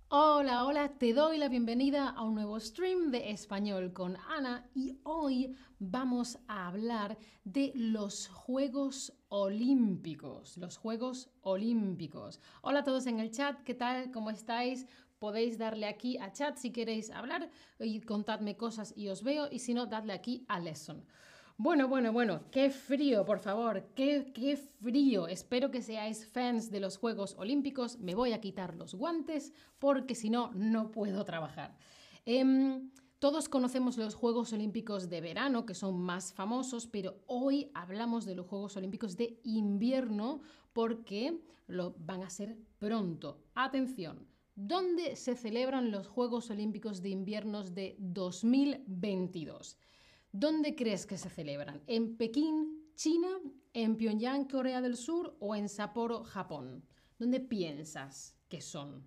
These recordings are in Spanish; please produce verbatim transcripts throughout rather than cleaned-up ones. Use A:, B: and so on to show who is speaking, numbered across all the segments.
A: Hola, hola, te doy la bienvenida a un nuevo stream de español con Ana y hoy vamos a hablar de los Juegos Olímpicos, los Juegos Olímpicos. Hola a todos en el chat, ¿qué tal? ¿Cómo estáis? Podéis darle aquí a chat si queréis hablar y contadme cosas y os veo y si no, dadle aquí a lesson. Bueno, bueno, bueno, qué frío, por favor, qué, qué frío. Espero que seáis fans de los Juegos Olímpicos. Me voy a quitar los guantes porque si no, no puedo trabajar. Em, todos conocemos los Juegos Olímpicos de verano, que son más famosos, pero hoy hablamos de los Juegos Olímpicos de invierno porque lo van a ser pronto. Atención, ¿dónde se celebran los Juegos Olímpicos de invierno de dos mil veintidós? ¿Dónde crees que se celebran? ¿En Pekín, China, en Pyongyang, Corea del Sur o en Sapporo, Japón? ¿Dónde piensas que son?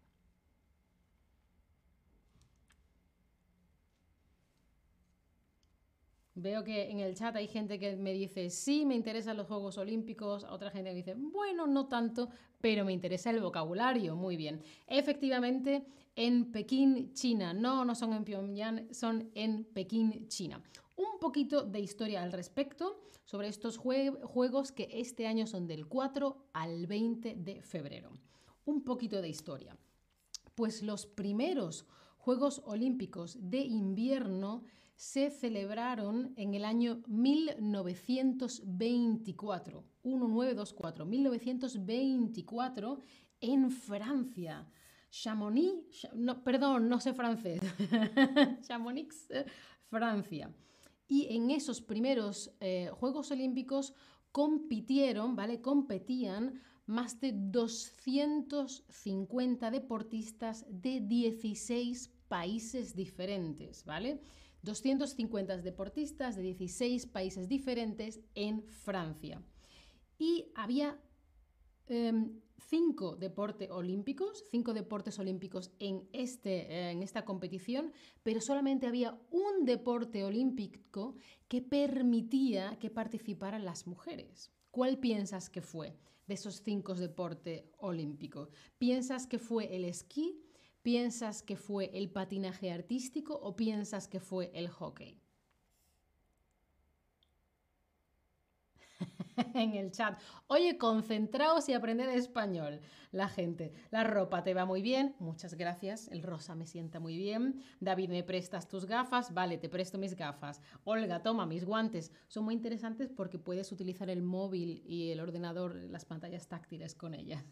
A: Veo que en el chat hay gente que me dice, sí, me interesan los Juegos Olímpicos, otra gente me dice, bueno, no tanto, pero me interesa el vocabulario, muy bien. Efectivamente, en Pekín, China. No, no son en Pyongyang, son en Pekín, China. Un poquito de historia al respecto sobre estos jue juegos que este año son del cuatro al veinte de febrero. Un poquito de historia. Pues los primeros Juegos Olímpicos de invierno se celebraron en el año mil novecientos veinticuatro, mil novecientos veinticuatro, mil novecientos veinticuatro en Francia. Chamonix, no, perdón, no sé francés. Chamonix, eh, Francia. Y en esos primeros eh, Juegos Olímpicos compitieron, ¿vale? Competían más de doscientos cincuenta deportistas de dieciséis países diferentes, ¿vale? doscientos cincuenta deportistas de dieciséis países diferentes en Francia. Y había eh, cinco deportes olímpicos, cinco deportes olímpicos en, este, eh, en esta competición, pero solamente había un deporte olímpico que permitía que participaran las mujeres. ¿Cuál piensas que fue de esos cinco deportes olímpicos? ¿Piensas que fue el esquí? ¿Piensas que fue el patinaje artístico o piensas que fue el hockey? En el chat. Oye, concentraos y aprended español. La gente, la ropa te va muy bien. Muchas gracias. El rosa me sienta muy bien. David, ¿me prestas tus gafas? Vale, te presto mis gafas. Olga, toma mis guantes. Son muy interesantes porque puedes utilizar el móvil y el ordenador, las pantallas táctiles con ellas.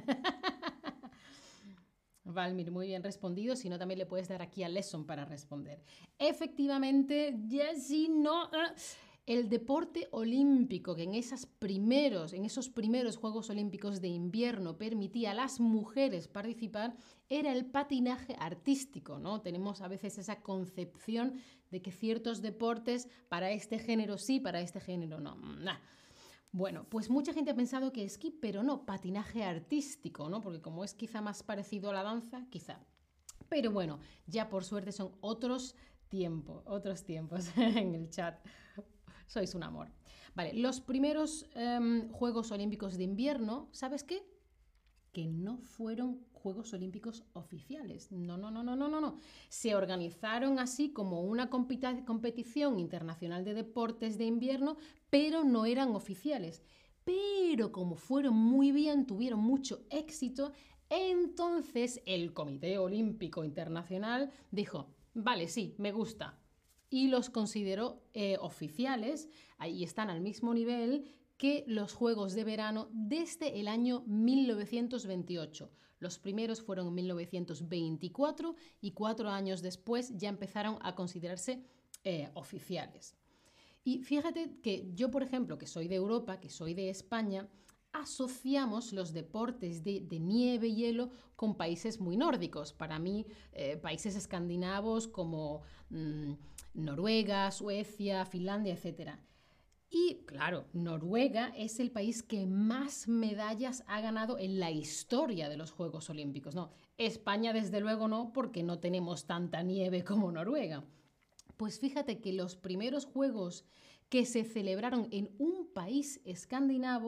A: Valmir, muy bien respondido. Si no, también le puedes dar aquí a Lesson para responder. Efectivamente, ya si no. Uh, el deporte olímpico que en, esas primeros, en esos primeros Juegos Olímpicos de invierno permitía a las mujeres participar era el patinaje artístico, ¿no? Tenemos a veces esa concepción de que ciertos deportes para este género sí, para este género no. Nah. Bueno, pues mucha gente ha pensado que esquí, pero no, patinaje artístico, ¿no? Porque como es quizá más parecido a la danza, quizá. Pero bueno, ya por suerte son otros tiempos, otros tiempos en el chat. Sois un amor. Vale, los primeros um, Juegos Olímpicos de invierno, ¿sabes qué? Que no fueron Juegos Olímpicos oficiales. No, no, no, no, no, no, no. Se organizaron así como una competición internacional de deportes de invierno, pero no eran oficiales. Pero como fueron muy bien, tuvieron mucho éxito, entonces el Comité Olímpico Internacional dijo, vale, sí, me gusta. Y los consideró eh, oficiales, ahí están al mismo nivel que los Juegos de Verano desde el año mil novecientos veintiocho. Los primeros fueron en mil novecientos veinticuatro y cuatro años después ya empezaron a considerarse eh, oficiales. Y fíjate que yo, por ejemplo, que soy de Europa, que soy de España, asociamos los deportes de, de nieve y hielo con países muy nórdicos. Para mí, eh, países escandinavos como mmm, Noruega, Suecia, Finlandia, etcétera. Y claro, Noruega es el país que más medallas ha ganado en la historia de los Juegos Olímpicos. No, España desde luego no, porque no tenemos tanta nieve como Noruega. Pues fíjate que los primeros Juegos que se celebraron en un país escandinavo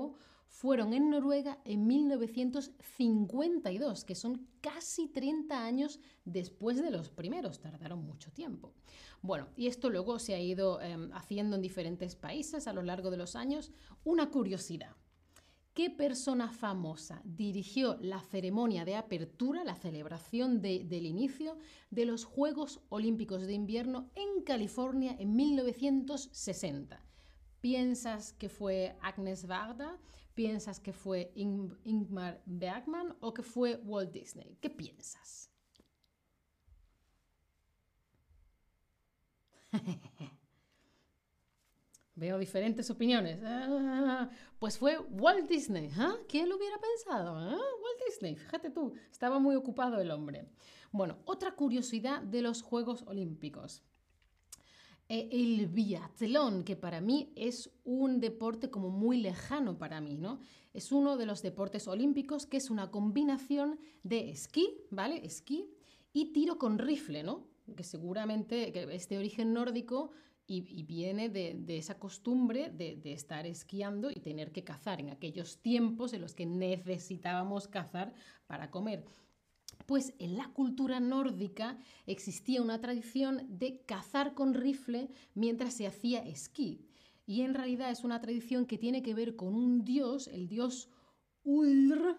A: fueron en Noruega en mil novecientos cincuenta y dos, que son casi treinta años después de los primeros, tardaron mucho tiempo. Bueno, y esto luego se ha ido eh, haciendo en diferentes países a lo largo de los años. Una curiosidad. ¿Qué persona famosa dirigió la ceremonia de apertura, la celebración de, del inicio de los Juegos Olímpicos de Invierno en California en mil novecientos sesenta? ¿Piensas que fue Agnes Varda? ¿Piensas que fue Ing Ingmar Bergman o que fue Walt Disney? ¿Qué piensas? Veo diferentes opiniones. Ah, pues fue Walt Disney. ¿Ah? ¿Quién lo hubiera pensado? ¿Ah? Walt Disney, fíjate tú, estaba muy ocupado el hombre. Bueno, otra curiosidad de los Juegos Olímpicos. Eh, el biatlón, que para mí es un deporte como muy lejano para mí, ¿no? Es uno de los deportes olímpicos que es una combinación de esquí, ¿vale? Esquí y tiro con rifle, ¿no? Que seguramente que es de origen nórdico. Y, y viene de, de esa costumbre de, de estar esquiando y tener que cazar en aquellos tiempos en los que necesitábamos cazar para comer. Pues en la cultura nórdica existía una tradición de cazar con rifle mientras se hacía esquí. Y en realidad es una tradición que tiene que ver con un dios, el dios Ulr,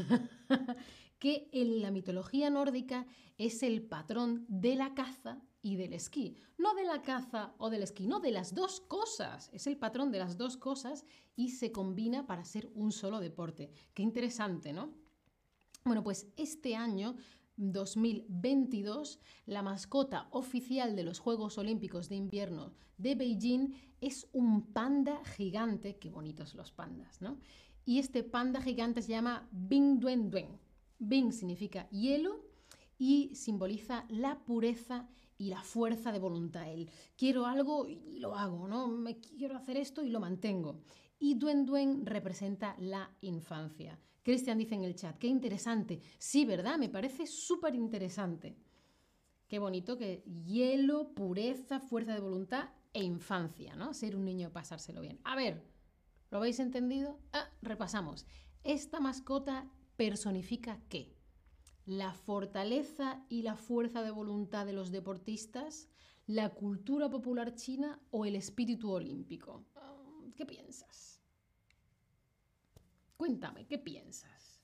A: que en la mitología nórdica es el patrón de la caza y del esquí. No de la caza o del esquí, no, de las dos cosas. Es el patrón de las dos cosas y se combina para ser un solo deporte. Qué interesante, ¿no? Bueno, pues este año, dos mil veintidós, la mascota oficial de los Juegos Olímpicos de Invierno de Beijing es un panda gigante. Qué bonitos los pandas, ¿no? Y este panda gigante se llama Bing Duen Duen. Bing significa hielo y simboliza la pureza y la fuerza de voluntad. El quiero algo y lo hago, ¿no? Me quiero hacer esto y lo mantengo. Y Duen Duen representa la infancia. Cristian dice en el chat, qué interesante. Sí, ¿verdad? Me parece súper interesante. Qué bonito que hielo, pureza, fuerza de voluntad e infancia, ¿no? Ser un niño, pasárselo bien. A ver, ¿lo habéis entendido? Ah, repasamos. Esta mascota personifica ¿qué? La fortaleza y la fuerza de voluntad de los deportistas, la cultura popular china o el espíritu olímpico. ¿Qué piensas? Cuéntame, ¿qué piensas?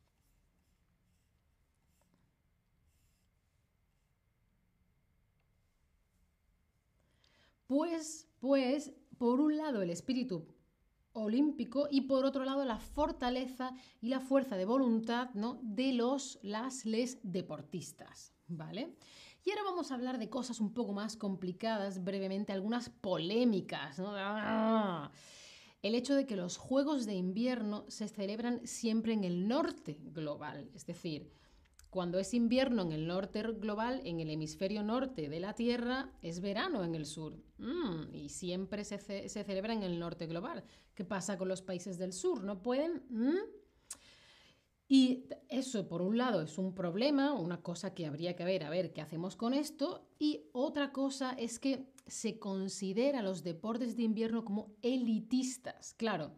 A: Pues, pues, por un lado el espíritu olímpico y por otro lado la fortaleza y la fuerza de voluntad, ¿no? de los, las, les deportistas, ¿vale? Y ahora vamos a hablar de cosas un poco más complicadas, brevemente, algunas polémicas, ¿no? ¡Ah! El hecho de que los Juegos de Invierno se celebran siempre en el norte global, es decir, cuando es invierno en el norte global, en el hemisferio norte de la Tierra, es verano en el sur. Mm, y siempre se, ce se celebra en el norte global. ¿Qué pasa con los países del sur? ¿No pueden? ¿Mm? Y eso, por un lado, es un problema, una cosa que habría que ver, a ver qué hacemos con esto. Y otra cosa es que se considera los deportes de invierno como elitistas. Claro,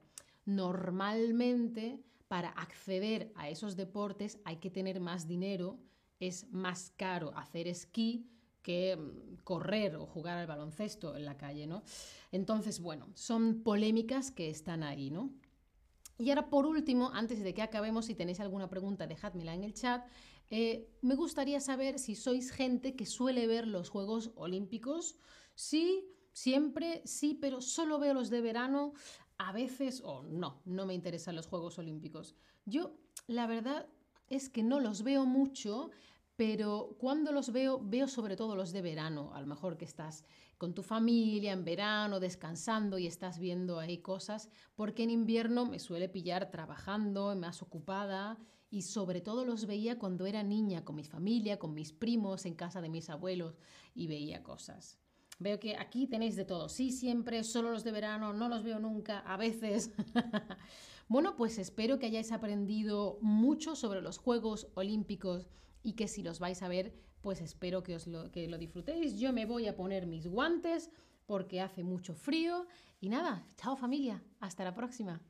A: normalmente para acceder a esos deportes hay que tener más dinero, es más caro hacer esquí que correr o jugar al baloncesto en la calle, ¿no? Entonces, bueno, son polémicas que están ahí, ¿no? Y ahora, por último, antes de que acabemos, si tenéis alguna pregunta, dejádmela en el chat. Eh, me gustaría saber si sois gente que suele ver los Juegos Olímpicos. Sí, siempre, sí, pero solo veo los de verano. A veces, o oh, no, no me interesan los Juegos Olímpicos. Yo, la verdad es que no los veo mucho, pero cuando los veo, veo sobre todo los de verano. A lo mejor que estás con tu familia en verano, descansando y estás viendo ahí cosas, porque en invierno me suele pillar trabajando, más ocupada, y sobre todo los veía cuando era niña, con mi familia, con mis primos, en casa de mis abuelos, y veía cosas. Veo que aquí tenéis de todo. Sí, siempre, solo los de verano, no los veo nunca, a veces. Bueno, pues espero que hayáis aprendido mucho sobre los Juegos Olímpicos y que si los vais a ver, pues espero que, os lo, que lo disfrutéis. Yo me voy a poner mis guantes porque hace mucho frío. Y nada, chao familia, hasta la próxima.